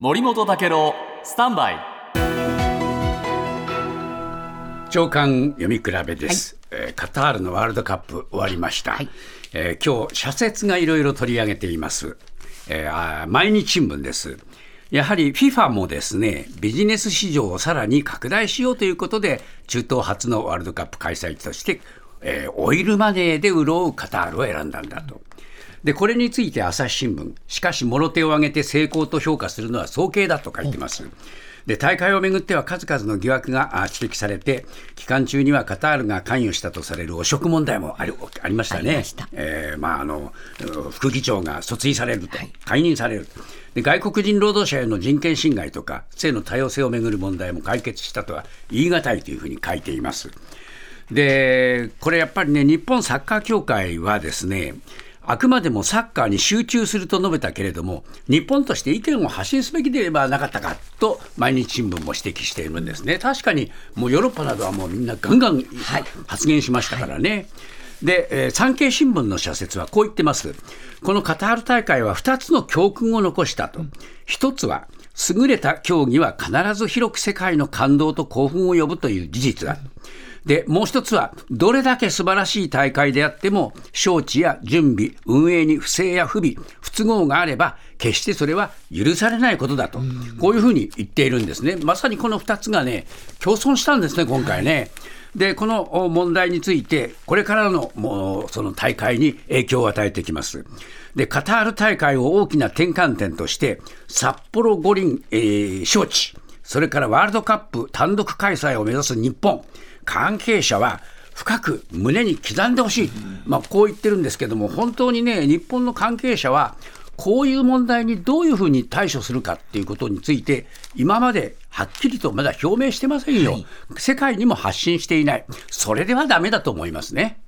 森本武郎スタンバイ朝刊読み比べです、カタールのワールドカップ終わりました、今日社説がいろいろ取り上げています、毎日新聞です。やはり FIFA もですね、ビジネス市場をさらに拡大しようということで中東初のワールドカップ開催地として、オイルマネーで潤うカタールを選んだんだと。でこれについて朝日新聞、しかしもろ手を挙げて成功と評価するのは早計だと書いてます。で大会をめぐっては数々の疑惑が指摘されて、期間中にはカタールが関与したとされる汚職問題もありましたね。副議長が訴追されると、解任される。で外国人労働者への人権侵害とか性の多様性をめぐる問題も解決したとは言い難いというふうに書いています。でこれやっぱりね、日本サッカー協会はですね、あくまでもサッカーに集中すると述べたけれども、日本として意見を発信すべきではなかったかと毎日新聞も指摘しているんですね。確かにもうヨーロッパなどはもうみんなガンガン発言しましたからね。で、産経新聞の社説はこう言ってます。このカタール大会は2つの教訓を残したと。1つは優れた競技は必ず広く世界の感動と興奮を呼ぶという事実だ。でもう一つは、どれだけ素晴らしい大会であっても招致や準備運営に不正や不備不都合があれば決してそれは許されないことだと、こういうふうに言っているんですね。まさにこの2つがね、共存したんですね今回ね。でこの問題についてこれからのもうその大会に影響を与えてきます。でカタール大会を大きな転換点として札幌五輪、招致、それからワールドカップ単独開催を目指す日本、関係者は深く胸に刻んでほしい、こう言ってるんですけども、本当にね、日本の関係者はこういう問題にどういうふうに対処するかっていうことについて今まではっきりとまだ表明してませんよ、世界にも発信していない。それではダメだと思いますね。